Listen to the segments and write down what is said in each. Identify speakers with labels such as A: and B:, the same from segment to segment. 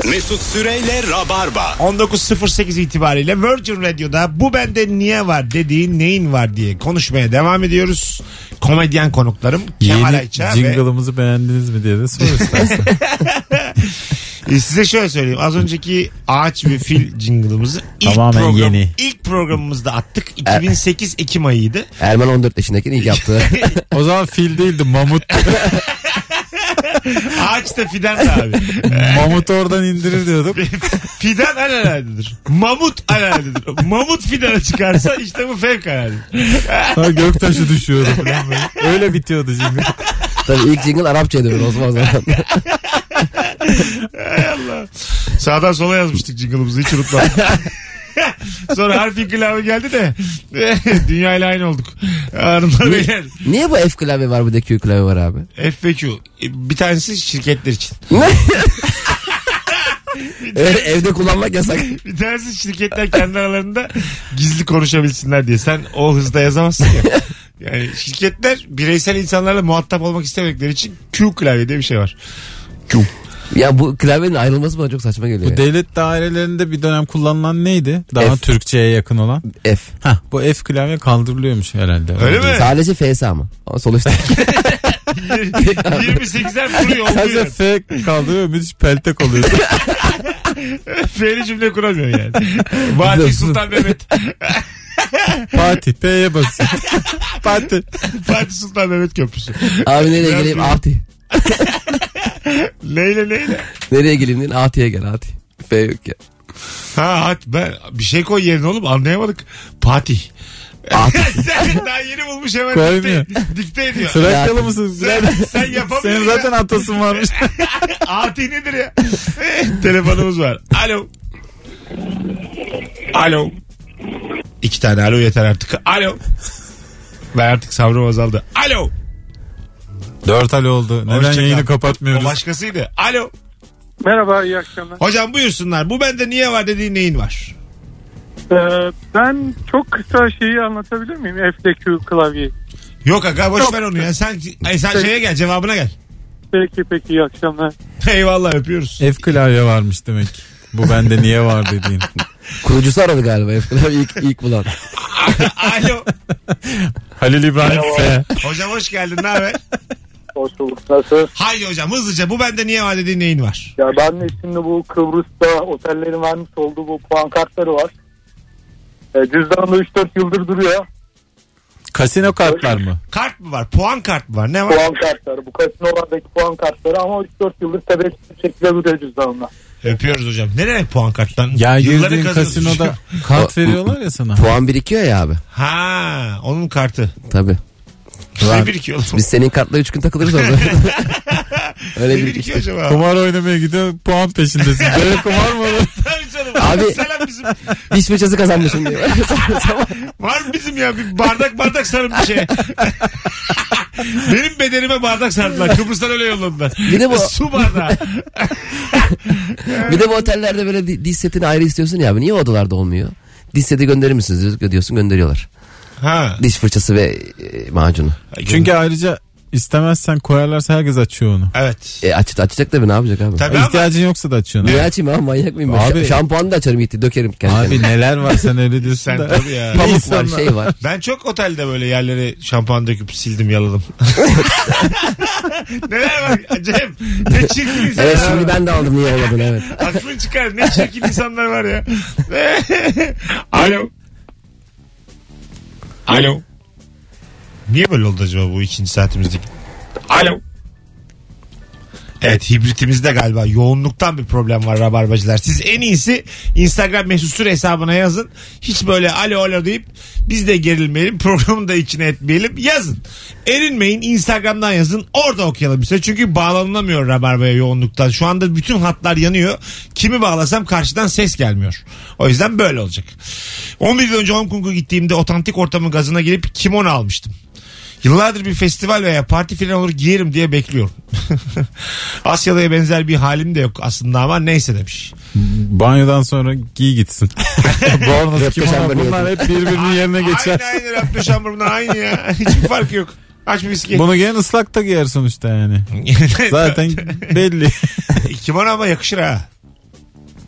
A: Mesut Süreyle Rabarba.
B: 19.08 itibariyle Virgin Radio'da bu bende niye var dediğin neyin var diye konuşmaya devam ediyoruz. Komedyen konuklarım Kemal Ayça
C: ve... Jingle'ımızı beğendiniz mi diye de sor istersen.
B: Size şöyle söyleyeyim. Az önceki ağaç ve fil jingle'ımızı ilk programımızda attık. 2008 Ekim ayıydı.
D: Erman 14 yaşındayken ilk yaptı.
C: O zaman fil değildi, mamut.
B: Ağaç da fidan da abi.
C: Mamut oradan indirir diyorduk.
B: Fidan alaladedir. Mamut alaladedir. Mamut fidana çıkarsa işte bu fevkalade.
C: Ha, göktaşı düşüyordu falan böyle. Öyle bitiyordu jingle.
D: Tabii ilk jingle Arapçaydı böyle Osman zaman.
B: Hay Allah. Sağdan sola yazmıştık jingle'ımızı, hiç unutmam. Sonra harfi klavye geldi de dünyayla aynı olduk. Hanımlar beyler.
D: Niye bu F klavye var, bu da Q klavye var abi?
B: F ve Q. Bir tanesi şirketler için.
D: Evet, evde kullanmak yasak.
B: Bir tanesi şirketler kendi aralarında gizli konuşabilsinler diye. Sen o hızda yazamazsın ya. Yani şirketler bireysel insanlarla muhatap olmak istemedikleri için Q klavye diye bir şey var. Q.
D: Ya bu klavyenin ayrılması bana çok saçma geliyor.
C: Bu devlet dairelerinde bir dönem kullanılan neydi? Daha
D: F.
C: Türkçe'ye yakın olan.
D: F.
C: Hah, bu F klavye kaldırılıyormuş herhalde.
B: Öyle mi?
D: Sadece F'si ama sol üstte.
B: 28'er vuruyor.
C: Sadece F kaldırıyor, müthiş peltek oluyor.
B: F'li cümle kuramıyor yani. Fatih Sultan Mehmet.
C: Fatih, P'ye basıyor. Fatih
B: Sultan Mehmet Köprüsü.
D: Abi nereye geleyim? Ati.
B: Neyle?
D: Nereye geleyim dedin? Ati'ye gel Ati. F yok ya.
B: Ha ben bir şey koy yerine oğlum, anlayamadık. Fatih. Sen daha yeni bulmuş hemen dikte ediyor.
C: Trakyalı mısın?
B: Sen yapamıyorsun.
C: Senin zaten atasın varmış.
B: Ati nedir ya? Telefonumuz var. Alo. 2 tane alo yeter artık. Alo. Ben artık sabrım azaldı. Alo.
C: 4 alo oldu. Neden yayını kapatmıyoruz?
B: O başkasıydı. Alo.
E: Merhaba, iyi akşamlar.
B: Hocam buyursunlar. Bu bende niye var dediğin neyin var?
E: Ben çok kısa şeyi anlatabilir miyim? FDQ klavyeyi.
B: Yok aga, boş ver onu ya. Sen şeye gel, cevabına gel.
E: Peki, iyi akşamlar.
B: Eyvallah, öpüyoruz.
C: F klavye varmış demek. Bu bende niye var dediğin.
D: Kurucusu aradı galiba F klavye ilk bulan.
B: Alo.
C: Halil İbrahim F.
B: Hocam hoş geldin, ne haber?
E: Hoş bulduk. Nasıl?
B: Haydi hocam hızlıca, bu bende niye var dediğin neyin var?
E: Ya ben de şimdi bu Kıbrıs'ta otellerin vermiş olduğu bu puan kartları var. Cüzdanımda 3-4 yıldır duruyor.
C: Kasino kartlar mı?
B: Kart mı var? Puan kart mı var? Ne var?
E: Puan kartları. Bu kasinolardaki puan kartları ama 3-4 yıldır tebessüm şekilde duruyor cüzdanımda.
B: Öpüyoruz hocam. Ne demek puan karttan?
C: Ya girdiğin kasinoda kart veriyorlar ya sana.
D: Puan birikiyor ya abi.
B: Ha, onun kartı.
D: Tabii.
B: Ne birikiyor oğlum?
D: Biz senin kartla 3 gün takılırız orada.
B: Öyle birikiyor acaba?
C: Kumar oynamaya gidiyor, puan peşindesin. Böyle kumar mı olur?
B: Tabii canım.
D: Abi
B: Selam bizim.
D: diş fırçası kazanmışım diye.
B: Var mı bizim ya bir bardak sarın bir şeye. Benim bedenime bardak sardılar. Kıbrıs'tan öyle yolladılar.
D: Bir de bu
B: su bardağı.
D: Bir de bu otellerde böyle diş setini ayrı istiyorsun ya abi. Niye o odalarda olmuyor? Diş seti gönderir misiniz diyorsun, gönderiyorlar.
B: Ha.
D: Diş fırçası ve macunu.
C: Çünkü ayrıca istemezsen koyarlarsa herkes açıyor onu.
B: Evet.
D: Açacak da ne yapacak abi?
B: Tabii
C: İhtiyacın yoksa da açıyorsun.
D: Niye açayım abi, manyak mıyım ben?
C: Abi,
D: şampuanı da açarım, gitti dökerim kendi
C: abi
D: kendime.
C: neler var sen öyle diyorsun
B: Sen
C: da.
B: tabii ya.
D: Pamuk var, şey var.
B: Ben çok otelde böyle yerlere şampuan döküp sildim, yaladım. Neler var Cem? Ne çirkin insanlar.
D: Evet, şimdi ben de aldım, niye olmadın, evet.
B: Aklın çıkar. Ne çirkin insanlar var ya. Alo. Niye böyle oldu acaba bu ikinci saatimizdeki? Alo. Evet, hibritimizde galiba yoğunluktan bir problem var rabarbacılar. Siz en iyisi Instagram mesut süre hesabına yazın. Hiç böyle alo deyip biz de gerilmeyelim, programı da içine etmeyelim. Yazın. Erinmeyin, Instagram'dan yazın. Orada okuyalım bir süre. Çünkü bağlanamıyor rabarbaya yoğunluktan. Şu anda bütün hatlar yanıyor. Kimi bağlasam karşıdan ses gelmiyor. O yüzden böyle olacak. 11 yıl önce Hong Kong'a gittiğimde otantik ortamın gazına gelip kimono almıştım. Yıllardır bir festival veya parti falan olur giyerim diye bekliyorum. Asyalı'ya benzer bir halim de yok aslında ama neyse demiş.
C: Banyodan sonra giy gitsin. Bornoz, kimono, bunlar hep birbirinin yerine geçer.
B: Aynı Raptor şambur aynı ya. Hiçbir farkı yok. Aç bir viski.
C: Bunu giyen ıslak da giyer sonuçta yani. Zaten belli.
B: Kimono ama yakışır ha.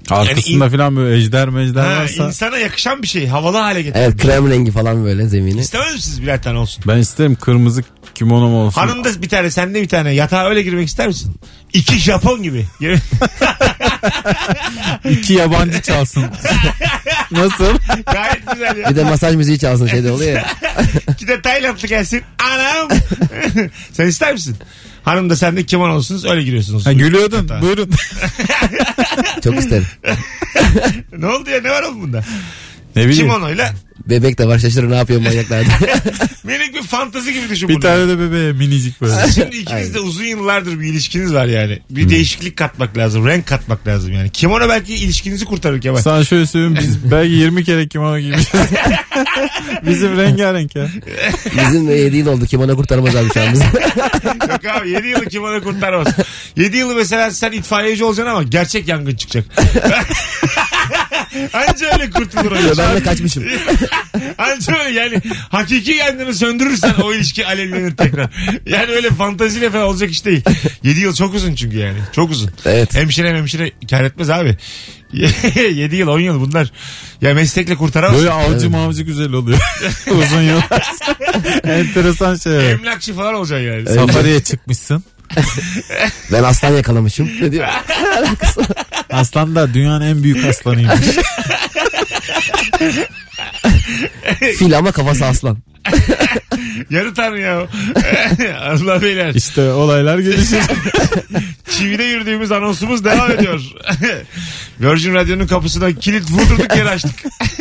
C: Arkasında falan böyle ejder mejder
B: Ha,
C: varsa.
B: insana yakışan bir şey. Havalı hale getirir.
D: Evet, krem rengi falan böyle zemini.
B: İstemez misiniz birer tane olsun?
C: Ben isterim kırmızı kimonom olsun.
B: Hanım da bir tane, sen de bir tane. Yatağa öyle girmek ister misin? 2 Japon gibi.
C: 2 yabancı çalsın. Nasıl?
B: Gayet güzel ya.
D: Bir de masaj müziği çalsın, şeyde oluyor ya.
B: 2 de Taylandlı gelsin. Anam. Sen ister misin? Hanım da sen de kimono olsunuz, öyle giriyorsunuz.
C: Ha, gülüyordun. Buyurun.
D: Çok isterim.
B: Ne oldu ya, ne var oğlum bunda?
C: Ne bileyim.
B: Kimonoyla
D: Bebek de var, şaşırır ne yapıyor manyaklar.
B: minik bir fantazi gibi düşün
C: Bir
B: bunu.
C: tane de bebeğe minicik böyle.
B: Şimdi ikiniz de uzun yıllardır bir ilişkiniz var yani. Bir değişiklik katmak lazım. Renk katmak lazım yani. Kimono belki ilişkinizi kurtarır Kemal.
C: Sana şöyle söyleyeyim, biz belki 20 kere kimono giymişiz. Bizim rengarenk ya.
D: Bizim de 7 yıl oldu, kimono kurtarmaz abi şu an bizi.
B: Yok abi, 7 yılı kimono kurtarmaz. 7 yılı mesela sen itfaiyeci olacaksın ama gerçek yangın çıkacak. Anca öyle kurtulur o iş.
D: Ben de kaçmışım.
B: Anca öyle yani, hakiki yangını söndürürsen o ilişki alevlenir tekrar. Yani öyle fantaziyle falan olacak iş değil. 7 yıl çok uzun çünkü yani. Çok uzun.
D: Evet.
B: Hemşire kâr etmez abi. 7 yıl 10 yıl bunlar. Ya meslekle kurtaramazsın.
C: Böyle avcı mavcı güzel oluyor. Uzun yıllar. Enteresan şey.
B: Emlakçı falan olacaksın yani.
C: Safariye çıkmışsın.
D: Ben aslan yakalamışım. Ne diyor?
C: Aslan da dünyanın en büyük aslanıymış.
D: Fil ama kafası aslan.
B: Yarı tanrı ya. Allah beyler.
C: İşte olaylar gelişir.
B: Çivide yürüdüğümüz anonsumuz devam ediyor. Virgin Radio'nun kapısına kilit vurdurduk, yer açtık.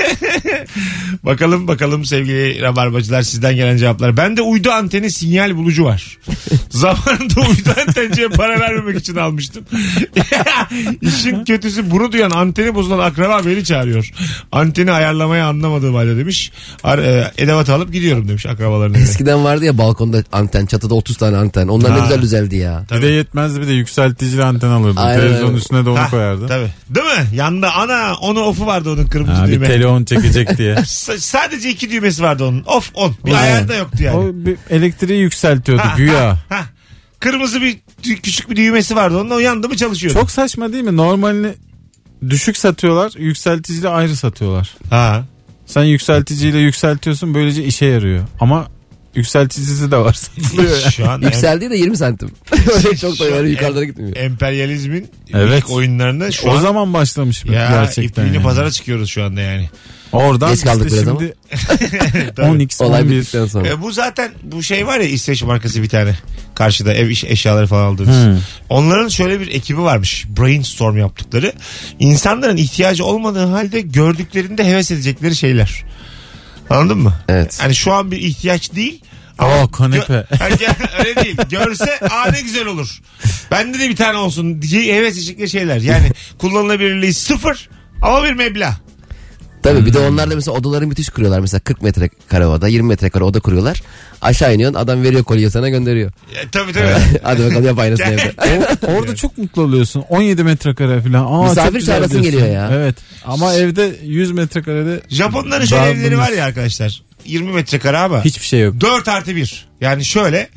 B: Bakalım sevgili rabarbacılar, sizden gelen cevaplar. Bende uydu anteni sinyal bulucu var. Zamanında uydu antenciye para vermemek için almıştım. İşin kötüsü, bunu duyan anteni bozulan akraba beni çağırıyor. Anteni ayarlamayı anlamadığım halde demiş. Edevat alıp gidiyorum demiş akrabaların evine.
D: Eskiden vardı ya balkonda anten, çatıda 30 tane anten. Onlar ne güzel düzeldi ya.
C: Bir de yetmezdi, bir de yükselticili anten alırdı.
D: Aynen,
C: Televizyonun
D: evet.
C: üstüne de onu koyardı.
B: Tabii. Değil mi? Yanında onu off'u vardı onun, kırmızı
C: Ha, bir
B: düğme.
C: telefon çekecek diye.
B: Sadece 2 düğmesi vardı onun. Off on. Bir
C: Aynen.
B: ayar da yoktu yani.
C: O bir elektriği yükseltiyordu
B: Ha,
C: güya.
B: ha. Kırmızı bir küçük bir düğmesi vardı. Onun, o yandı mı çalışıyordu.
C: Çok saçma değil mi? Normalini düşük satıyorlar, yükselticiyle ayrı satıyorlar.
B: Ha.
C: Sen yükselticiyle yükseltiyorsun, böylece işe yarıyor. Ama yükselticisi de var, satılıyor yani.
B: Şu an
D: Yükseldiği de 20 santim. Öyle çok da öyle yukarılara gitmiyor.
B: emperyalizmin
C: Evet.
B: ilk oyunlarında şu
C: O
B: an
C: zaman başlamış
B: ya
C: gerçekten.
B: ipliğini
C: Yani.
B: pazara çıkıyoruz şu anda yani.
C: Oradan
D: Geç kaldık
C: işte
D: biraz ama.
C: şimdi
B: Tabii.
C: 10x
D: Olay
C: 11.
D: bittikten sonra.
B: Bu zaten bu şey var ya, İsveç markası bir tane. Karşıda ev eşyaları falan aldığınız. Onların şöyle bir ekibi varmış. Brainstorm yaptıkları. İnsanların ihtiyacı olmadığı halde gördüklerinde heves edecekleri şeyler. Anladın mı?
D: Evet.
B: Hani şu an bir ihtiyaç değil.
C: Kanepe.
B: Öyle değil. Görse ne güzel olur. Bende de bir tane olsun diye heves edecekleri şeyler. Yani kullanılabilirliği 0 ama bir meblağ.
D: Tabii bir de onlar da mesela odaları müthiş kuruyorlar. Mesela 40 metrekare oda, 20 metrekare oda kuruyorlar. Aşağı iniyorsun, adam veriyor kolyeyi sana, gönderiyor.
B: Tabii.
D: Hadi bakalım yap aynısını evde.
C: Orada çok mutlu oluyorsun. 17 metrekare falan.
D: Misafir
C: çok güzel
D: çağırasın
C: diyorsun.
D: geliyor ya.
C: Evet. Ama evde 100 metrekarede
B: Japonların şöyle evleri var ya arkadaşlar. 20 metrekare ama
C: hiçbir şey yok.
B: 4+1. Yani şöyle.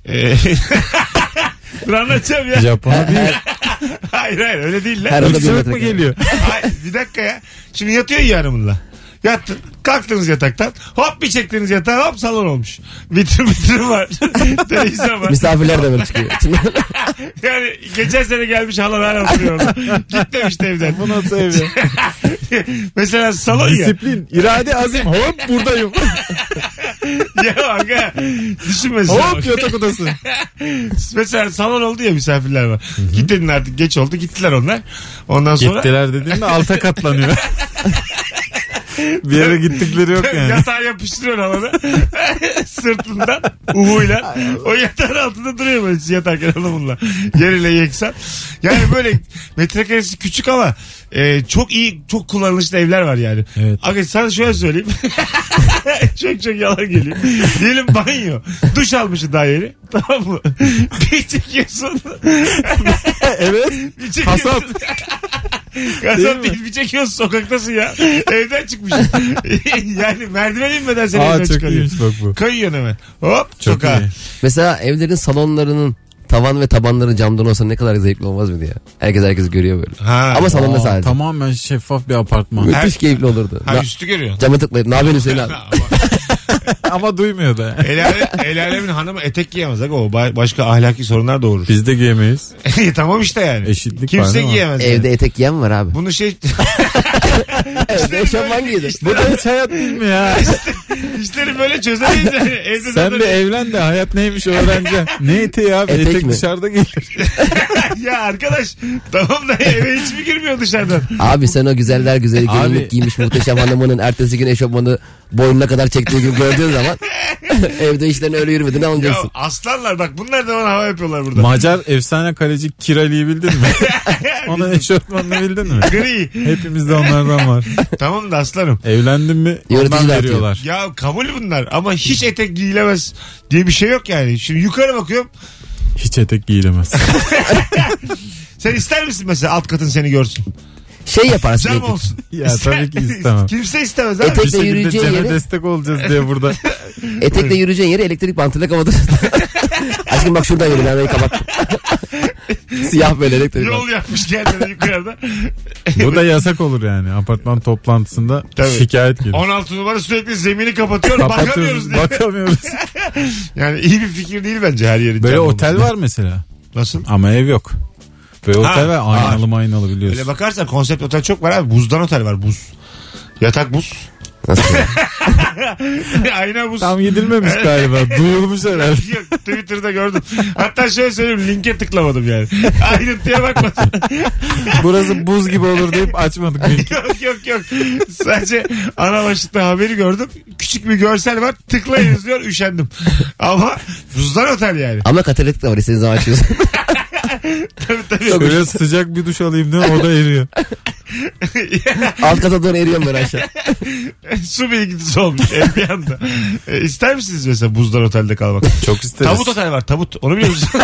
B: Dur anlatacağım ya.
C: Japon'a değil.
B: Hayır öyle değil lan.
D: Her oda bir
C: Öksürük mü
D: metrekare.
C: geliyor?
B: Hayır, bir dakika ya. Şimdi yatıyor ya hanımınla. Yattın, kalktınız yataktan. Hop bir çektiniz yatağa, hop salon olmuş. Vitrin var. Televizyon var.
D: Misafirler de böyle çıkıyor.
B: Yani geçen sene gelmiş halalar oturuyor orada. Git demişti evden.
C: Bu nasıl ev ya?
B: Mesela salon ya.
C: Disiplin, irade, azim. Hop buradayım.
B: Ya aga. Düşün mesela.
C: Hop yatak odası.
B: Mesela salon oldu ya, misafirler var. Git dedin artık, geç oldu, gittiler onlar. Ondan sonra.
C: Gittiler dediğimde alta katlanıyor. Bir yere gittikleri yok yani.
B: Yatağa yapıştırıyor halana. Sırtından uhuyla. O yatağın altında duruyor böyle yatarken hanımınla. Yeriyle yeksan. Yani böyle metrekaresi küçük ama çok iyi, çok kullanışlı evler var yani.
C: Evet.
B: Aga sana şöyle söyleyeyim. çok yalan geliyor. Diyelim banyo. Duş almışsın daha yeni. Tamam mı? Bir çekiyorsun.
C: Evet.
B: Bir çekiyorsun.
C: Kasap.
B: Kasap değil, bir çekiyorsun, sokaktasın ya. Evden çıkmışsın. Yani merdiven inmeden seni evden
C: Çok
B: çıkarıyor.
C: iyiymiş bak bu.
B: Kayıyorsun hemen. Hop
C: Çok
B: sokağa.
C: iyi.
D: Mesela evlerin salonlarının tavan ve tabanları camdan olsa ne kadar zevkli olmaz mıydı ya? Herkes görüyor böyle.
B: Ha.
D: Ama salonda sadece.
C: Tamamen şeffaf bir apartman.
D: Müthiş keyifli olurdu.
B: Ha, üstü görüyor.
D: Cama tıklayıp ne yapıyorsun Hüseyin abi?
C: Ama duymuyor da.
B: El alemin hanımı etek giyemez. O başka ahlaki sorunlar doğurur.
C: Biz de giyemeyiz.
B: Tamam işte yani.
C: Eşitlik var
B: Kimse
C: değil mi?
B: giyemez.
D: Evde etek giyen var abi.
B: Bunu
D: Evde eşofman giydi.
C: Bu da hiç hayat değil mi ya?
B: işleri böyle çözemeyiz yani. Evde
C: Sen
B: zaten-
C: de evlen de hayat neymiş öğreneceksin. Ne eteği abi?
D: Etek
C: Etek
D: mi?
C: dışarıda giyilir.
B: Ya arkadaş tamam da eve hiç mi girmiyor dışarıdan?
D: Abi sen o güzeller güzeli
C: Abi.
D: gelinlik giymiş muhteşem hanımının ertesi gün eşofmanı boynuna kadar çektiği gün gördüğün zaman evde işlerin öyle yürümedi ne
B: Ya
D: anlayacaksın?
B: aslanlar bak bunlar da bana hava yapıyorlar burada.
C: Macar efsane kaleci Kirali'yi bildin mi? Onun eşofmanını bildin mi?
B: Gri.
C: Hepimizde onlardan var.
B: Tamam da aslanım.
C: Evlendin mi
D: Yönetici
C: ondan
D: de atıyor.
C: veriyorlar.
B: Ya kabul bunlar ama hiç etek giyilemez diye bir şey yok yani. Şimdi yukarı bakıyorum.
C: Hiç etek giyilemez.
B: Sen ister misin mesela alt katın seni görsün?
D: Şey yaparsın.
B: Cam olsun.
C: Ya tabii ki istemem.
B: Kimse istemez abi.
D: Etek-
C: Bir
D: Tekle
C: şekilde
D: yürüyeceğin
C: Cem'e
D: yere-
C: destek olacağız diye burada.
D: Etekle yürüyeceğin yeri elektrik bantıyla kapatırsın. Aşkım bak şuradan yürü ben orayı kapattım. Siyah böyle elektrik
B: Yol
D: bantı.
B: yapmış kendine yukarıda.
C: Bu da yasak olur yani. Apartman toplantısında
B: Tabii.
C: şikayet gelir.
B: 16 numara sürekli zemini kapatıyor. Bakamıyoruz
C: Kapatıyoruz,
B: diye.
C: bakamıyoruz.
B: Yani iyi bir fikir değil bence her yerin.
C: Böyle
B: cam
C: otel
B: olması.
C: var mesela.
B: Nasıl?
C: Ama ev yok. Böyle
B: Ha,
C: otel var aynalı biliyorsun.
B: Öyle bakarsan konsept otel çok var abi. Buzdan otel var buz. Yatak buz.
D: Nasıl ya?
B: Ayna buz.
C: Tam gidilmemiş galiba. Duyulmuş herhalde.
B: Yok Twitter'da gördüm. Hatta şöyle söyleyeyim linke tıklamadım yani. Ayrıntıya bakmadım.
C: Burası buz gibi olur deyip açmadık.
B: yok. Sadece ana başlıkta haberi gördüm. Küçük bir görsel var. Tıklayınız diyor üşendim. Ama buzdan otel yani.
D: Ama katalitik de var istediğin zaman açıyorsun.
B: Tabii.
C: Şöyle sıcak bir duş alayım diye o da eriyor.
D: Alt kata doğru eriyorum ben aşağı.
B: Su bilgisi olmuş ev bir anda. İster misiniz mesela buzdan otelde kalmak?
C: Çok isteriz.
B: Tabut otel var tabut. Onu biliyor musun?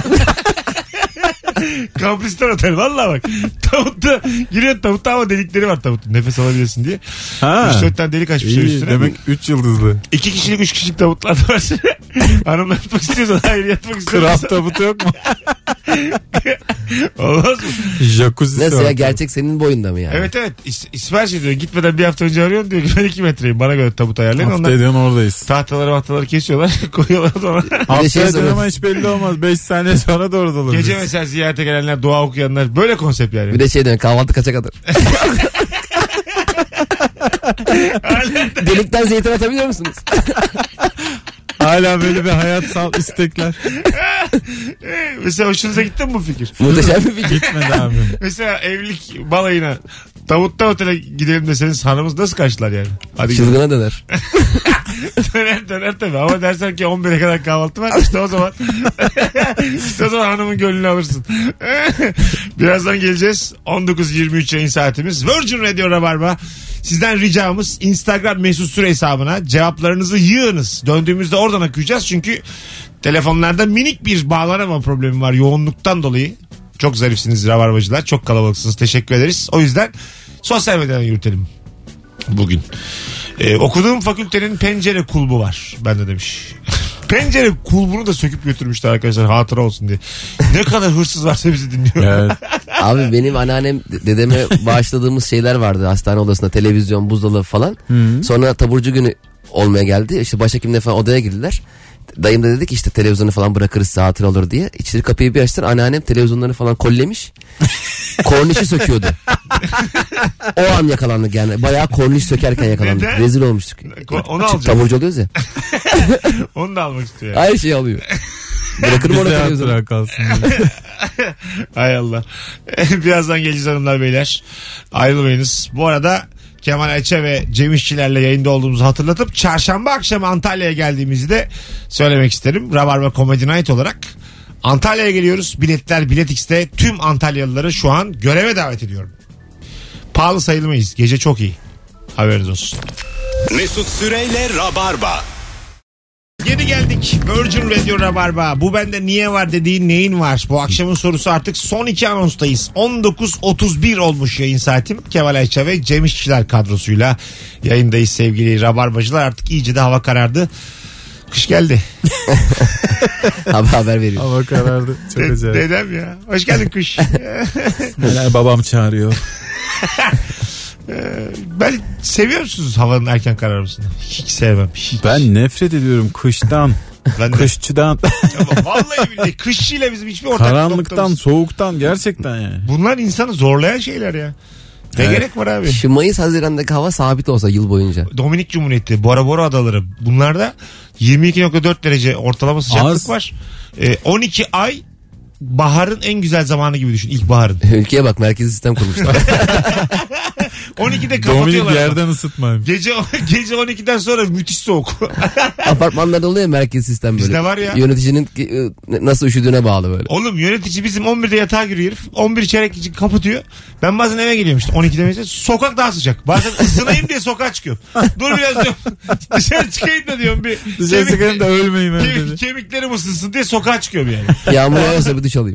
B: Kampüsten otel valla bak. Tavutta giriyor tavutta ama delikleri var tavutun. Nefes alabilirsin diye.
C: Ha.
B: 3-4 tane delik açmışlar
C: İyi,
B: üstüne.
C: demek 3 yıldızlı.
B: 2 kişilik 3 kişilik tavutlar da var. Hanımlar yatmak istiyorsan hayır yatmak
C: Kral
B: istiyorsan.
C: tabutu yok mu?
B: Olmaz mı?
C: Jacuzzi
D: Nasıl ya
C: var.
D: gerçek senin boyunda mı yani?
B: Evet sipariş ediyor. Gitmeden bir hafta önce arıyorsun diyor ki ben 2 metreyim. Bana göre tabut ayarlayın.
C: Hafta
B: Onlar
C: ediyorsun oradayız.
B: tahtaları kesiyorlar. Koyuyorlar sonra.
C: Hafta
D: şey
C: ediyorsun
D: soruyor.
C: ama hiç belli olmaz. 5 saniye sonra da orada oluruz.
B: Gece mesela ziyarete gelenler, dua okuyanlar. Böyle konsept yani.
D: Bir de şey diyor kahvaltı kaça kadar? Delikten zeytin atabiliyor musunuz?
C: Hala böyle bir hayatsal istekler.
B: Mesela hoşunuza gitti mi bu fikir?
D: Muhteşem bir fikir.
C: Gitmedi abi.
B: Mesela evlilik balayına tavutta otele gidelim deseniz hanımız nasıl karşılar yani? Hadi gidelim.
D: Çılgına döner.
B: döner tabii ama dersen ki 11'e kadar kahvaltı var işte o zaman hanımın gönlünü alırsın. Birazdan geleceğiz. 19.23 yayın saatimiz. Virgin Radio Rabarba. Sizden ricamız Instagram mesut süre hesabına cevaplarınızı yığınız. Döndüğümüzde oradan okuyacağız çünkü telefonlarda minik bir bağlanama problemi var yoğunluktan dolayı. Çok zarifsiniz Rabarbacılar. Çok kalabalıksınız. Teşekkür ederiz. O yüzden sosyal medyadan yürütelim bugün. Okuduğum fakültenin pencere kulbu var. Ben de demiş. Pencere kulbunu da söküp götürmüşler arkadaşlar hatıra olsun diye. Ne kadar hırsız varsa bizi dinliyor.
C: Evet.
D: Abi benim anneannem dedeme bağışladığımız şeyler vardı hastane odasında televizyon buzdolabı falan. Sonra taburcu günü olmaya geldi. İşte başhekimle falan odaya girdiler. Dayım da dedi ki işte televizyonu falan bırakırız size hatıra olur diye. İçeri kapıyı bir açtılar anneannem televizyonları falan kollemiş. Kornişi söküyordu. O an yakalandık yani. Bayağı korniş sökerken yakalandık.
B: Neden?
D: Rezil olmuştuk.
B: Onu alacağım.
D: Taburcu oluyoruz ya.
B: Onu da almak istiyor. Yani.
D: Her şeyi alıyor. Bırakırım
C: Bize
D: orada televizyonu.
C: hatıra kalsın.
B: Hay Allah. Birazdan geleceğiz hanımlar beyler. Ayrılmayınız. Bu arada Kemal Ayça ve Cem İşçilerle yayında olduğumuzu hatırlatıp çarşamba akşamı Antalya'ya geldiğimizi de söylemek isterim. Rabarba Comedy Night olarak Antalya'ya geliyoruz. Biletler Bilet X'te tüm Antalyalıları şu an göreve davet ediyorum. Pahalı sayılmayız. Gece çok iyi. Haberiniz olsun.
A: Mesut Süreyle Rabarba.
B: Yeni geldik. Virgin Radio Rabarba. Bu bende niye var dediğin neyin var? Bu akşamın sorusu artık son 2 anonstayız. 19.31 olmuş yayın saatim. Kemal Ayça ve Cem İşçiler kadrosuyla yayındayız sevgili Rabarbacılar. Artık iyice de hava karardı. Kış geldi.
D: Haber veriyor.
C: Hava karardı. Çok acayip.
B: Dedem ya. Hoş geldin kış.
C: Babam çağırıyor.
B: Ben seviyor musunuz havanın erken kararmasını? Hiç sevmem. Hiç.
C: Ben nefret ediyorum kıştan.
B: Ben de.
C: Kışçıdan.
B: Ama vallahi billahi kışçıyla bizim hiçbir ortak
C: Karanlıktan,
B: noktamız.
C: soğuktan gerçekten yani.
B: Bunlar insanı zorlayan şeyler ya. Ne
C: Evet.
B: gerek var abi?
D: Şu Mayıs-Haziran'daki hava sabit olsa yıl boyunca.
B: Dominik Cumhuriyeti, Bora Bora adaları. Bunlarda 22.4 derece ortalama sıcaklık
C: Az.
B: var. 12 ay baharın en güzel zamanı gibi düşün. İlkbaharın.
D: Ülkeye bak, merkezi sistem kurmuşlar.
B: 12'de
C: Dominik
B: kapatıyorlar.
C: yerden ısıtmayayım.
B: Gece 12'den sonra müthiş soğuk.
D: Apartmanlarda oluyor ya merkezi sistem böyle.
B: Bizde var ya.
D: Yöneticinin nasıl üşüdüğüne bağlı böyle.
B: Oğlum yönetici bizim 11'de yatağa giriyor herif. 11 çeyrek için kapatıyor. Ben bazen eve geliyorum işte 12'de mesela. Sokak daha sıcak. Bazen ısınayım diye sokağa çıkıyorum. Dur biraz diyorum. Dışarı çıkayım da diyorum.
C: Dışarı çıkayım da ölmeyeyim evde.
B: Kemiklerim ısınsın diye sokağa çıkıyorum yani.
D: Yağmur yağıyorsa bir duş alayım.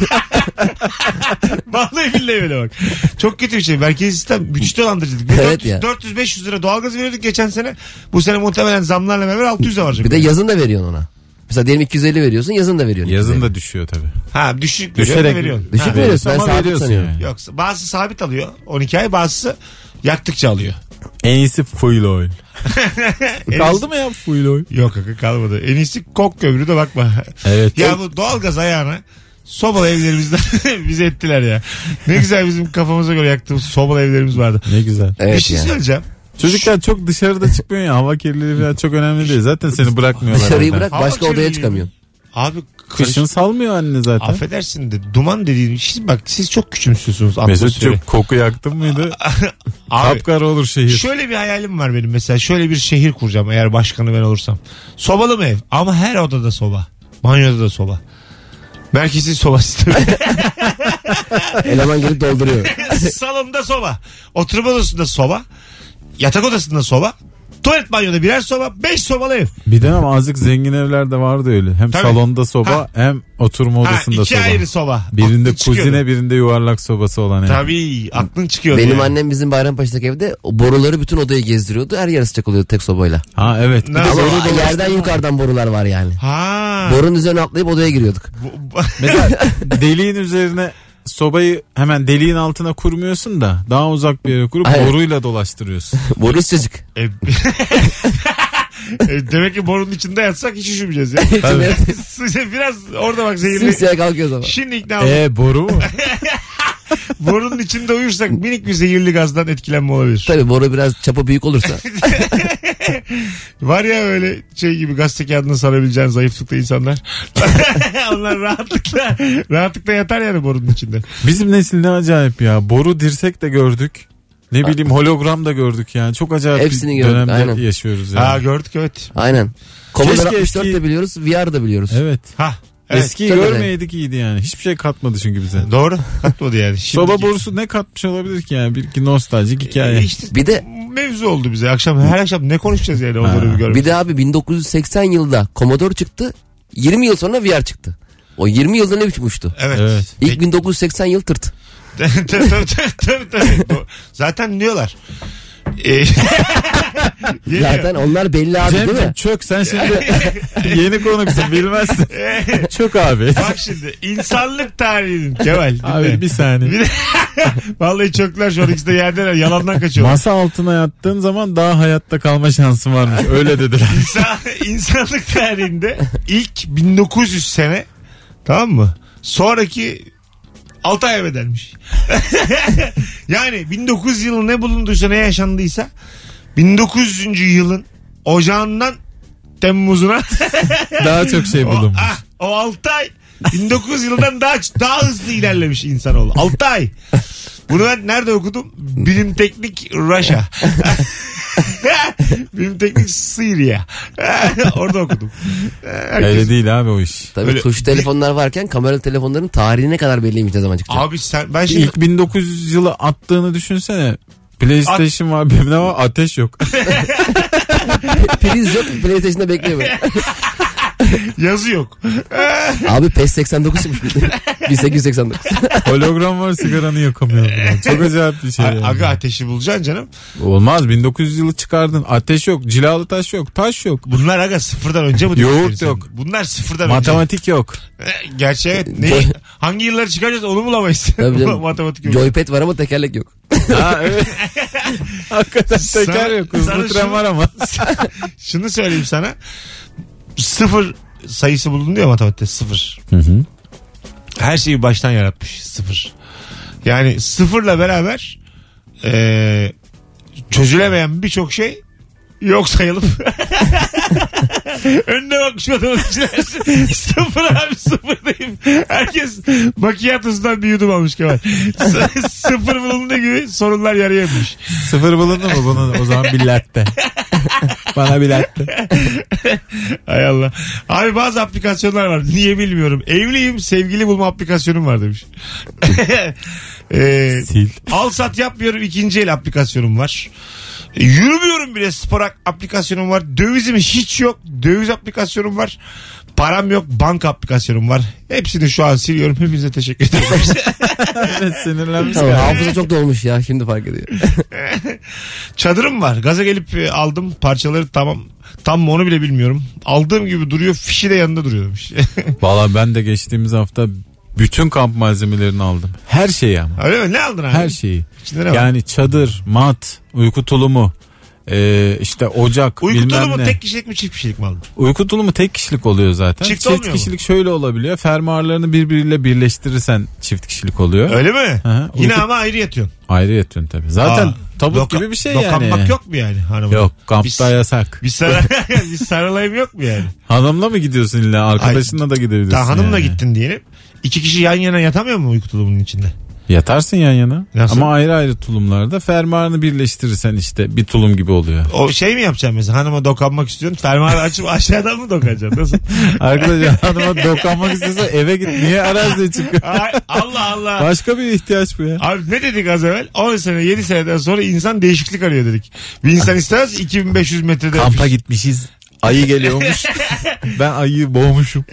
B: Vallahi billahi öyle bak. Çok kötü bir şey. Merkezi sistem müthiş dolandırıcılık.
D: Evet ya.
B: 400-500 lira doğalgaz veriyorduk geçen sene. Bu sene muhtemelen zamlarla beraber 600'e varacak.
D: Bir de yazın da veriyorsun ona. Mesela diyelim 250 veriyorsun, yazın da veriyorsun.
C: Yazın
D: 250.
C: da düşüyor tabii.
B: Ha düşük
C: Düşerek
B: veriyorsun.
D: Düşük
B: Ha,
D: veriyorsun. Ben
C: ama
D: sabit
C: veriyorsun
D: sanıyorum.
C: yani.
B: Yoksa bazısı sabit alıyor 12 ay, bazısı yaktıkça alıyor.
C: En iyisi fuel oil. Kaldı mı ya fuel oil?
B: Yok kaka kalmadı. En iyisi kok kömürü de bakma.
C: Evet.
B: Ya bu doğalgaz ayağına sobalı evlerimizden bize ettiler ya. Ne güzel bizim kafamıza göre yaktığımız sobalı evlerimiz vardı.
C: Ne güzel.
B: Bir
D: Evet
B: şey
D: yani.
B: söyleyeceğim.
C: Çocuklar çok dışarıda çıkmıyor ya. Hava kirliliği falan çok önemli değil. Zaten seni bırakmıyorlar.
D: Dışarıyı
C: evden.
D: bırak,
B: Hava
D: başka odaya
B: kirliliği.
D: çıkamıyorsun.
B: Abi
C: Kışın salmıyor anne zaten.
B: affedersin de duman dediğin bak siz çok küçümsüyorsunuz
C: Mesut
B: atmosferi.
C: çok koku yaktın mıydı?
B: Abi
C: Kapkara olur şehir.
B: şöyle bir hayalim var benim mesela, şöyle bir şehir kuracağım eğer başkanı ben olursam. Sobalı mı ev ama her odada soba. Banyoda da soba. Merkezi soba sistemi.
D: Eleman gelip dolduruyor.
B: Salonda soba. Oturma odasında soba. Yatak odasında soba. Tuvalet banyoda birer soba. 5 sobalı ev.
C: Bir dönem azıcık zengin evlerde vardı öyle. Hem
B: Tabii.
C: salonda soba
B: Ha.
C: hem oturma odasında
B: iki
C: soba.
B: ayrı soba.
C: Birinde
B: Aklın çıkıyordu.
C: kuzine birinde yuvarlak sobası olan ev.
B: Tabii aklın çıkıyor.
D: Benim
B: yani.
D: annem bizim Bayrampaşa'daki evde o boruları bütün odayı gezdiriyordu. Her yer sıcak oluyordu tek sobayla.
C: Ha evet.
B: Ne
C: Bir de
B: yapalım?
C: boru
D: Ama
C: dolu-
D: yerden yukarıdan borular var yani.
B: Ha.
D: Borunun üzerine atlayıp odaya giriyorduk.
C: Mesela deliğin üzerine sobayı hemen deliğin altına kurmuyorsun da daha uzak bir yere kurup
D: Aynen.
C: boruyla dolaştırıyorsun.
D: Boru sıcacık.
B: Demek ki borunun içinde yatsak hiç üşümeyeceğiz ya. Biraz orada bak zehirli.
D: Simsiyah kalkıyoruz ama.
B: Şimdi ikna oldum.
C: Boru mu?
B: Borunun içinde uyursak minik bir zehirli gazdan etkilenme olabilir.
D: Tabii boru biraz çapı büyük olursa.
B: Var ya öyle şey gibi gazete kağıdını sarabileceğin zayıflıkta insanlar. Onlar rahatlıkla yatar yani borunun içinde.
C: Bizim nesil ne acayip ya. Boru dirsek de gördük. Ne bileyim hologram da gördük yani. Çok acayip
D: Hepsini
C: bir
D: gördük,
C: dönemde
D: aynen.
C: yaşıyoruz yani.
B: Ha gördük evet.
D: Aynen. Commodore
C: Keşke
D: 64 de biliyoruz, VR da biliyoruz.
C: Evet.
B: Ha. Evet.
C: Eskiyi
D: çok
C: görmeyeydik iyiydi yani. Hiçbir şey katmadı çünkü bize.
B: Doğru. Katmadı yani.
C: Soba borusu ne katmış olabilir ki yani? Bir nostaljik hikaye.
B: İşte
D: Bir de-
B: mevzu oldu bize. Her akşam ne konuşacağız yani onları bir görmek.
D: Bir de abi 1980 yılda Commodore çıktı. 20 yıl sonra VR çıktı. O 20 yılda ne biçim uçtu?
B: Evet.
C: Evet.
D: İlk 1980 yıl tırt.
B: Tabii. Zaten diyorlar. Geliyor.
D: Zaten onlar belli abi değil
C: Cem'ciğim
D: mi?
C: çök sen şimdi yeni konuksun bilmezsin. Çök abi.
B: Bak şimdi insanlık tarihinin Kemal.
C: Abi
B: dinle.
C: bir saniye.
B: Vallahi çökler şu an ikisi de yerdeler. Yalandan kaçıyorlar.
C: Masa altına yattığın zaman daha hayatta kalma şansın varmış. Öyle dediler.
B: İnsanlık tarihinde ilk 1900 sene, tamam mı? Sonraki 6 ay bedelmiş. Yani 1900 yılı ne bulunduysa, ne yaşandıysa 1900. yılın ocağından Temmuz'una
C: Daha çok şey bulunmuş.
B: o 6 ay 1900 yılından daha hızlı ilerlemiş insanoğlu. 6 ay. Bunu ben nerede okudum? Bilim Teknik Russia. Bilim Teknik Syria. Orada okudum.
C: Öyle değil abi o iş.
D: Tabii
B: Öyle-
D: tuş telefonlar varken kameralı telefonların tarihine kadar belliymiş ne zaman çıkacak.
B: Abi ben şimdi
C: İlk 1900 yılı attığını düşünsene. PlayStation var, bilmem ne var, ateş yok.
D: Priz yok, PlayStation'da bekliyor böyle.
B: Yazı yok.
D: Abi PES 89 çıkmış. 1889.
C: Hologram var, sigaranı yakamıyorum. Çok acayip bir şey. Yani.
B: Aga ateşi bulacaksın canım.
C: Olmaz, 1900 yılı çıkardın. Ateş yok, cilalı taş yok, taş yok.
B: Bunlar aga sıfırdan önce mi?
C: Yoğurt yok.
B: Bunlar sıfırdan önce.
C: Matematik yok.
B: Gerçi evet. Hangi yılları çıkaracağız onu bulamayız.
D: Tabii canım.
B: Matematik yok.
D: Joypad var ama tekerlek yok.
C: Ha evet. Hakikaten teker yok.
B: Sana
C: Hızlı tren var ama.
B: Şunu söyleyeyim sana. Sıfır sayısı bulundu ya matematikte. Sıfır. Her şeyi baştan yaratmış. Sıfır. Yani sıfırla beraber çözülemeyen birçok şey yok sayılıp önüne bakmış matematikçiler. Sıfır abi, sıfır deyip herkes makiyatusundan bir yudum almış Kemal. Sıfır bulunduğu gibi sorunlar yarıya inmiş.
C: Sıfır bulundu mu bunun o zaman bir latte. Bana bir latte.
B: Hay Allah. Abi bazı aplikasyonlar var. Niye bilmiyorum. Evliyim, sevgili bulma aplikasyonum var demiş.
C: Sil.
B: Al sat yapmıyorum, ikinci el aplikasyonum var. Yürümüyorum bile, spor aplikasyonum var. Dövizim hiç yok. Döviz aplikasyonum var. Param yok, banka aplikasyonum var. Hepsini şu an siliyorum. Hepinize teşekkür ederim.
C: Evet, sinirlenmiş.
D: Tamam, hafıza çok dolmuş ya, şimdi fark ediyor.
B: Çadırım var. Gaza gelip aldım parçaları, tamam. Tam mı onu bile bilmiyorum. Aldığım gibi duruyor. Fişi de yanında duruyor demiş.
C: Valla ben de geçtiğimiz hafta bütün kamp malzemelerini aldım. Her şeyi ama.
B: Öyle mi? Ne aldın abi?
C: Her şeyi.
B: İçinde ne var?
C: Yani çadır, mat, uyku tulumu, işte ocak,
B: Uyku
C: bilmem
B: tulumu
C: ne.
B: tek kişilik mi çift kişilik mi aldın?
C: Uyku tulumu tek kişilik oluyor zaten.
B: Çift
C: Çift
B: olmuyor mu?
C: kişilik şöyle olabiliyor. Fermuarlarını birbiriyle birleştirirsen çift kişilik oluyor.
B: Öyle mi?
C: Hı.
B: Yine
C: Uyku-
B: ama ayrı yatıyorsun.
C: Ayrı yatıyorsun tabii. Zaten tabut
B: doka-
C: gibi bir şey yani.
B: Dokanmak yok mu yani hanımla?
C: Yok, kampta
B: Biz-
C: yasak.
B: Bir sarılayım yok mu yani?
C: Hanımla mı gidiyorsun illa? Arkadaşınla da gidebilirsin.
B: Daha hanımla
C: yani.
B: gittin diyelim. İki kişi yan yana yatamıyor mu uyku tulumunun içinde?
C: Yatarsın yan yana.
B: Nasıl?
C: Ama ayrı ayrı tulumlarda fermuarını birleştirirsen işte bir tulum gibi oluyor.
B: O şey mi yapacaksın mesela, hanıma dokanmak istiyorsun, fermuarı açıp aşağıdan mı dokanacaksın? Nasıl?
C: Arkadaşlar hanıma dokanmak istiyorsa eve git. Niye araziye çıkıyor?
B: Ay, Allah Allah.
C: Başka bir ihtiyaç bu ya.
B: Abi ne dedik az evvel? 10 sene 7 seneden sonra insan değişiklik arıyor dedik. Bir insan istemez 2500 metrede.
C: Kampa gitmişiz. Ayı geliyormuş. Ben ayıyı boğmuşum.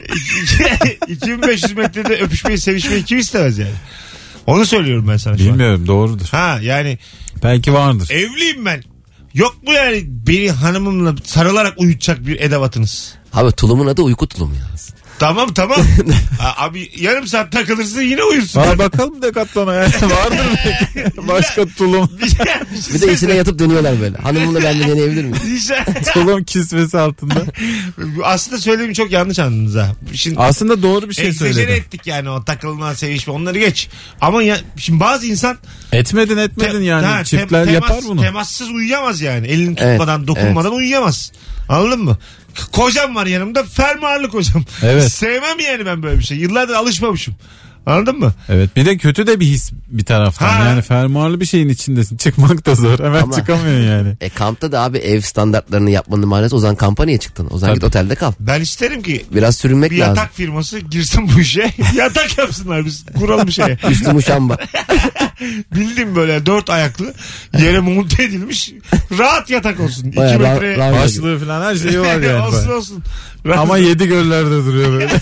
B: 2500 metrede öpüşmeyi, sevişmeyi kim istemez yani? Onu söylüyorum ben sana şu an.
C: Bilmiyorum, doğrudur.
B: Ha yani
C: Belki vardır.
B: evliyim ben. Yok mu yani beni hanımımla sarılarak uyutacak bir edevatınız?
D: Abi tulumun adı uyku tulumu yalnız.
B: Tamam. Abi yarım saat takılırsın yine uyursun.
C: Aa, bakalım Decathlon'a ya. Vardır belki. Başka tulum.
D: Bir de içine yatıp dönüyorlar böyle. Hanımımla ben de deneyebilir miyim?
C: Tulum kisvesi altında.
B: Aslında söylediğimi çok yanlış anladınız ha. Şimdi
C: Aslında doğru bir şey
B: egzajere
C: söyledin.
B: ettik yani, o takılma, sevişme, onları geç. Ama şimdi bazı insan
C: Etmedin yani. Çiftler yapar bunu.
B: Temassız uyuyamaz yani. Elini
D: Evet,
B: tutmadan, dokunmadan uyuyamaz. Anladın mı? Kocam var yanımda, fermuarlı kocam.
C: Evet.
B: Sevmem yani ben böyle bir şey. Yıllardır alışmamışım. Anladın mı?
C: Evet, bir de kötü de bir his bir taraftan.
B: Ha.
C: Yani fermuarlı bir şeyin içindesin. Çıkmak da zor. Hemen
D: Ama-
C: çıkamıyorsun yani.
D: Kampta da abi ev standartlarını yapmanın manası, o zaman kampa niye çıktın? O zaman
C: Tabii.
D: git otelde kal.
B: Ben isterim ki
D: Biraz sürünmek
B: bir
D: lazım.
B: yatak firması girsin bu işe. Yatak yapsınlar, biz kuralım bir şeye.
D: Üstü muşamba.
B: Bildim böyle 4 ayaklı yere monte edilmiş rahat yatak olsun. 2
D: Bayağı
B: metre.
C: Başlığı falan her şeyi var yani.
B: olsun. Rahat-
C: Ama 7 göllerde duruyor böyle.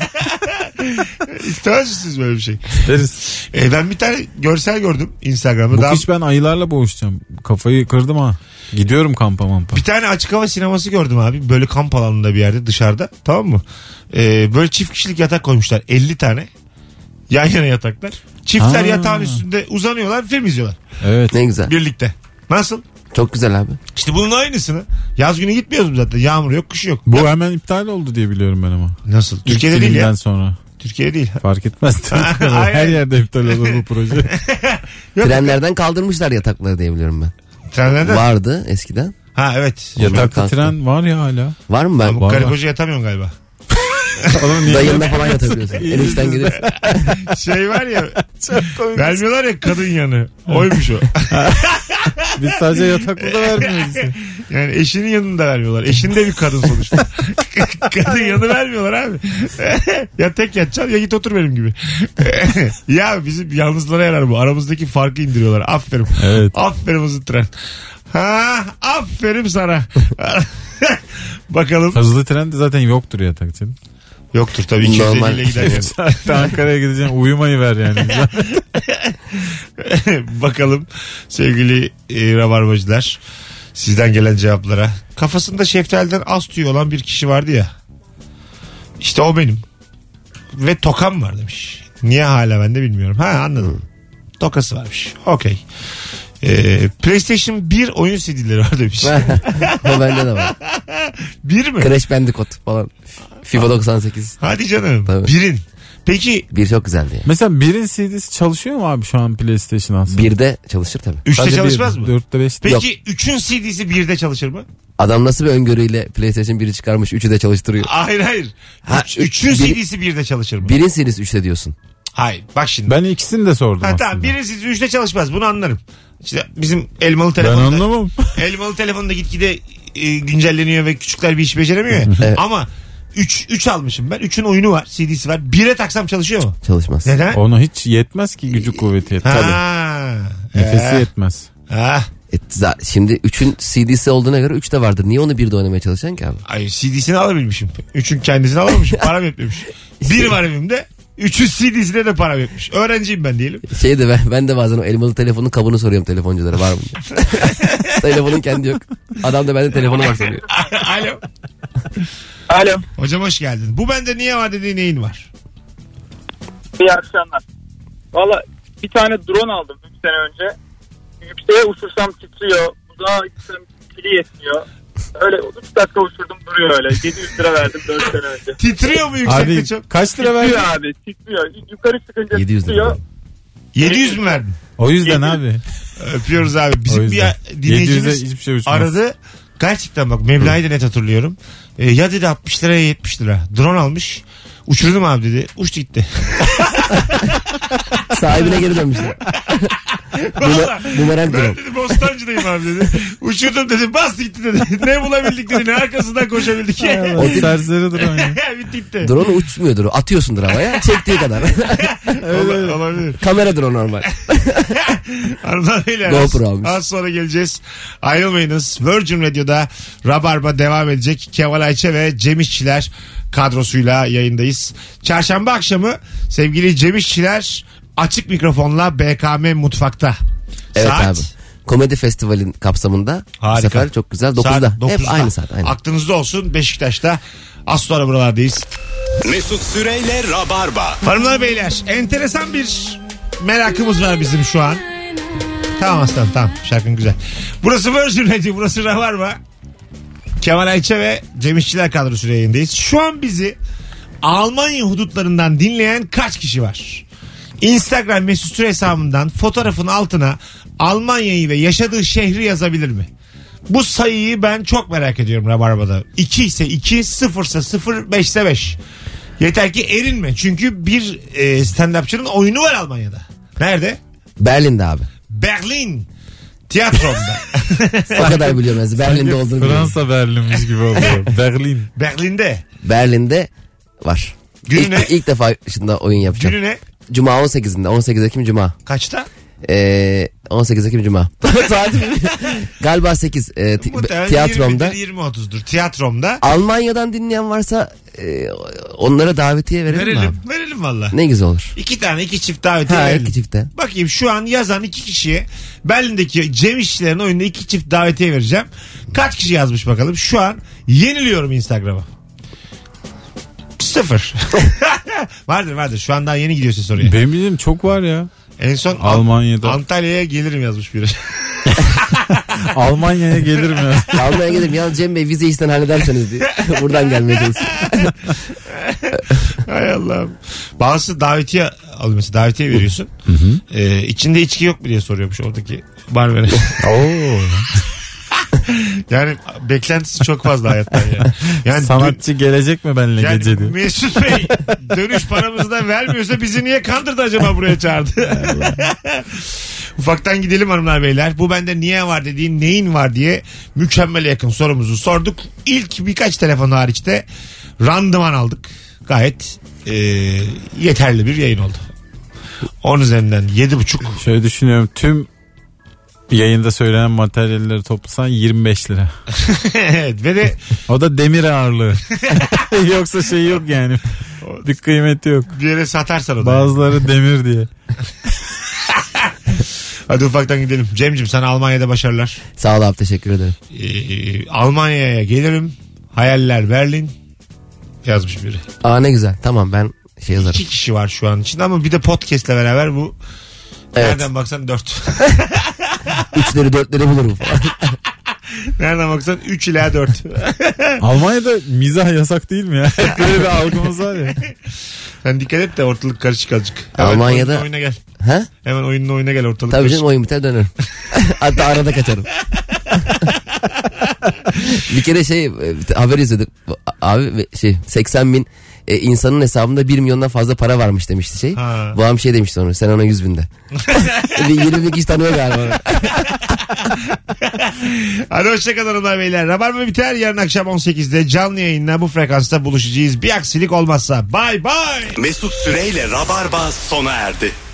B: İstemez misiniz böyle bir şey?
C: Deriz.
B: Ben bir tane görsel gördüm Instagram'da.
C: Bu
B: Daha
C: kış ben ayılarla boğuşacağım. Kafayı kırdım ha. Gidiyorum kampa mampa.
B: bir tane açık hava sineması gördüm abi. Böyle kamp alanında bir yerde, dışarıda. Tamam mı? Böyle çift kişilik yatak koymuşlar. 50 tane. Yan yana yataklar. Çiftler
C: Ha.
B: yatağın üstünde uzanıyorlar, film izliyorlar.
C: Evet.
D: Ne güzel.
B: Birlikte. Nasıl?
D: Çok güzel abi.
B: İşte bunun aynısını. Yaz günü gitmiyoruz zaten. Yağmur yok, kış yok.
C: Bu hemen iptal oldu diye biliyorum ben ama.
B: Nasıl?
C: İlk
B: Türkiye'de değil
C: filmden
B: ya.
C: sonra.
B: Türkiye'de değil.
C: Fark etmez.
B: Aynen.
C: Her yerde iptal olur bu proje.
B: Yok.
D: Trenlerden kaldırmışlar yatakları diye biliyorum ben.
B: Trenlerden.
D: Vardı eskiden.
B: Ha evet.
C: Yataklı
D: kalktı.
C: tren var ya hala.
D: Var mı ben?
B: Ama
C: Var,
B: karı
C: var.
B: koca yatamıyorsun galiba.
C: Oğlum niye?
D: Dayınla falan yatabiliyorsun. Enişten gelir.
B: Şey var ya, vermiyorlar ya kadın yanı. Oymuş o.
C: Biz sadece yataklı da vermiyoruz işte.
B: Yani eşinin yanını da vermiyorlar. Eşin de bir kadın sonuçta. Kadın yanı vermiyorlar abi. Ya tek yatacaksın ya git otur benim gibi. Ya bizim yalnızlara yarar bu. Aramızdaki farkı indiriyorlar. Aferin.
C: Evet.
B: Aferin hızlı tren. Ha, aferin sana. Bakalım.
C: Hızlı tren de zaten yoktur yatak için.
B: Yoktur tabii 250
D: Normal.
B: ile gider yani.
C: Saatte Ankara'ya gideceğim, uyumayı ver yani.
B: Bakalım sevgili rabarbacılar sizden gelen cevaplara. Kafasında şeftaliden az tüy olan bir kişi vardı ya. İşte o benim. Ve tokam var demiş. Niye hala ben de bilmiyorum. Ha anladım. Tokası varmış. Okey. PlayStation 1 oyun CD'leri var demiş.
D: O bende de var.
B: Bir mi?
D: Crash Bandicoot falan. FIFA 98.
B: Hadi canım.
D: Tabii.
B: Birin. Peki
D: Bir çok güzeldi ya.
C: Mesela birin CD'si çalışıyor mu abi şu an PlayStation aslında?
D: Birde çalışır tabii.
B: 3'te çalışmaz mı?
C: 4'te 5'te.
B: Peki 3'ün CD'si 1'de çalışır mı?
D: Adam nasıl bir öngörüyle PlayStation 1'i çıkarmış 3'ü de çalıştırıyor.
B: Hayır.
D: Ha,
B: 3'ün
D: bir-
B: CD'si 1'de çalışır mı?
D: Birin serisi 3'te diyorsun.
B: Hayır. Bak şimdi.
C: Ben ikisini de sordum
B: Ha,
C: aslında.
B: tamam birin CD'si 3'te çalışmaz. Bunu anlarım. İşte bizim elmalı
C: Ben
B: telefonda.
C: anlamam.
B: Elmalı telefonda gitgide güncelleniyor ve küçükler bir iş beceremiyor ya.
D: Evet.
B: Ama 3 almışım ben. 3'ün oyunu var. CD'si var. 1'e taksam çalışıyor mu?
D: Çalışmaz.
B: Neden?
C: Ona hiç yetmez ki, gücü kuvveti yetmez.
B: Ha.
C: Nefesi yetmez.
B: Ha.
D: Şimdi 3'ün CD'si olduğuna göre 3 de vardır. Niye onu 1'de oynamaya çalışacaksın ki abi?
B: Ay CD'sini alabilmişim. 3'ün kendisini alamamışım. Param yetmemiş. 1 var evimde. 3'ün CD'sine de param yetmiş. Öğrenciyim ben diyelim.
D: Ben de bazen o elmalı telefonun kabını soruyorum telefonculara, var mı? Telefonun kendi yok. Adam da bende telefonu var sanıyor.
B: Alo.
E: Alo.
B: Hocam hoş geldin. Bu bende niye var dediğin neyin var?
E: İyi akşamlar. Valla bir tane drone aldım 3 sene önce. Yükseğe uçursam titriyor. Uzağa gitsem pili yetmiyor. Öyle 3 dakika uçurdum duruyor öyle. 700 lira verdim 4 sene önce.
B: Titriyor mu yüksekte
C: Abi
B: çok?
C: kaç lira verdin?
E: Titriyor abi titriyor. Yukarı çıkınca
D: 700 lira.
E: titriyor.
B: 700 mü verdin?
C: O yüzden abi.
B: Öpüyoruz abi.
C: O
B: Bizim bir
C: yüzden.
B: dinleyicimiz
C: 700'e hiçbir şey uçmaz.
B: aradı. Gerçekten bak Mevla'yı da net hatırlıyorum. Ya dedi 60 liraya 70 lira. Drone almış. Uçurdum abi dedi. Uçtu gitti.
D: Sahibine geri dönmüşler.
B: Valla.
D: Bumerang
B: Ben
D: drone.
B: dedi Bostancı'dayım abi dedi. Uçurdum dedi. Bas gitti dedi. Ne bulabildik dedi. Ne arkasından koşabildik.
C: O serseridir o ya.
B: Bitti gitti.
D: Drone uçmuyordur. Atıyorsundur havaya. Çektiği kadar.
B: Olabilir.
D: Kamera drone normal.
B: Hanımlar beyler
D: GoPro almış.
B: az sonra geleceğiz. Ayrılmayınız. Virgin Radio'da Rabarba devam edecek. Kemal Ayça ve Cem İşçiler kadrosuyla yayındayız. Çarşamba akşamı sevgili Cem İşçiler açık mikrofonla BKM Mutfak'ta.
D: Evet
B: Saat
D: abi. Komedi festivalin kapsamında.
B: Harika.
D: Bu sefer çok güzel. 9'da. Hep aynı saat. Aynı.
B: Aklınızda olsun Beşiktaş'ta. Az sonra buralardayız.
A: Mesut Süreyle Rabarba.
B: Hanımlar beyler enteresan bir merakımız var bizim şu an. Tamam aslanım tamam şarkın güzel. Burası Virgin Radio, burası Rabarba. Kemal Ayça ve Cem İşçiler kadrosuyla yayındayız. Şu an bizi Almanya hudutlarından dinleyen kaç kişi var? Instagram Mesut Süre hesabından fotoğrafın altına Almanya'yı ve yaşadığı şehri yazabilir mi? Bu sayıyı ben çok merak ediyorum Rabarba'da. 2 ise 2, 0 ise 0, 5 ise 5. Yeter ki erinme. Çünkü bir stand-upçının oyunu var Almanya'da. Nerede?
D: Berlin'de abi.
B: Berlin. Tiyatromda.
D: O kadar biliyorum. Ben Berlin'de olduğunu biliyorum.
C: Fransa Berlin'miş gibi oluyor. Berlin.
B: Berlin'de.
D: Berlin'de var.
B: Günü ne?
D: İlk defa dışında oyun yapacağım.
B: Günü ne?
D: Cuma 18'inde. 18 Ekim Cuma.
B: Kaçta?
D: 18 Ekim Cuma. Saat galiba 8.
B: Muhtemelen
D: Tiyatromda.
B: 20-30'dur. Tiyatromda.
D: Almanya'dan dinleyen varsa onlara davetiye verelim mi
B: Verelim.
D: abi?
B: Verelim valla.
D: Ne güzel olur.
B: 2 çift davetiye
D: Ha,
B: verelim.
D: 2 çifte.
B: Bakayım şu an yazan 2 kişiye Berlin'deki Cem İşçilerin oyununda 2 çift davetiye vereceğim. Kaç kişi yazmış bakalım. Şu an yeniliyorum Instagram'a. 0. vardır. Şu an daha yeni gidiyor ses oraya.
C: Benim bildiğim çok var ya.
B: En son
C: Almanya'da.
B: Antalya'ya gelirim yazmış biri.
C: Almanya'ya gelirim ya.
D: Almanya'ya gidelim. Yalnız Cem Bey vize işten hallederseniz diye. Buradan gelmeye çalışıyorum.
B: Hay Allah'ım. Bazısı davetiye alıyor mesela davetiye veriyorsun. İçinde içki yok mu diye soruyormuş oradaki barmene.
C: Oo.
B: Yani beklentisi çok fazla hayattan ya. Yani
C: Sanatçı gelecek mi benimle
B: yani
C: gece diye.
B: Mesut Bey dönüş paramızı da vermiyorsa bizi niye kandırdı acaba buraya çağırdı? Ufaktan gidelim hanımlar beyler. Bu bende niye var dediğin neyin var diye mükemmele yakın sorumuzu sorduk. İlk birkaç telefon hariçte randıman aldık. Gayet yeterli bir yayın oldu. 10 üzerinden 7,5.
C: Şöyle düşünüyorum, tüm Yayında söylenen materyalleri toplasan 25 lira.
B: Evet ve de
C: O da demir ağırlığı. Yoksa şey yok yani. Bir kıymeti yok.
B: bir yere satarsan o da.
C: Bazıları demir diye.
B: Hadi ufaktan gidelim. Cem'cim sana Almanya'da başarılar.
D: Sağ ol abi, teşekkür ederim.
B: Almanya'ya gelirim. Hayaller Berlin. Yazmış biri.
D: Aa ne güzel. Tamam, ben şey yazarım.
B: 2 kişi var şu an içinde ama bir de podcast'le beraber bu.
D: Evet.
B: Nereden baksan 4.
D: 3'leri 4'leri bulurum falan.
B: Nereden baksan 3 ila 4.
C: Almanya'da mizah yasak değil mi ya? Böyle bir algımız var ya.
B: Sen dikkat et de ortalık karışık azıcık. Hemen
D: Almanya'da-
B: oyunun oyuna gel.
D: Ha?
B: Hemen oyunun oyuna gel ortalık
D: Tabii
B: karışık.
D: canım, oyun biter dönerim. Hatta arada kaçarım. Bir kere haber izledik. Abi 80 bin insanın hesabında 1 milyondan fazla para varmış demişti
B: Ha.
D: Bu adam demişti sonra, sen ona 100 binde. Bir 20 bin kişi tanıyor galiba.
B: Hadi hoşçakalın hanımlar beyler. Rabarba biter, yarın akşam 18'de canlı yayınla bu frekansta buluşacağız. Bir aksilik olmazsa. Bye bye.
A: Mesut Süreyle Rabarba sona erdi.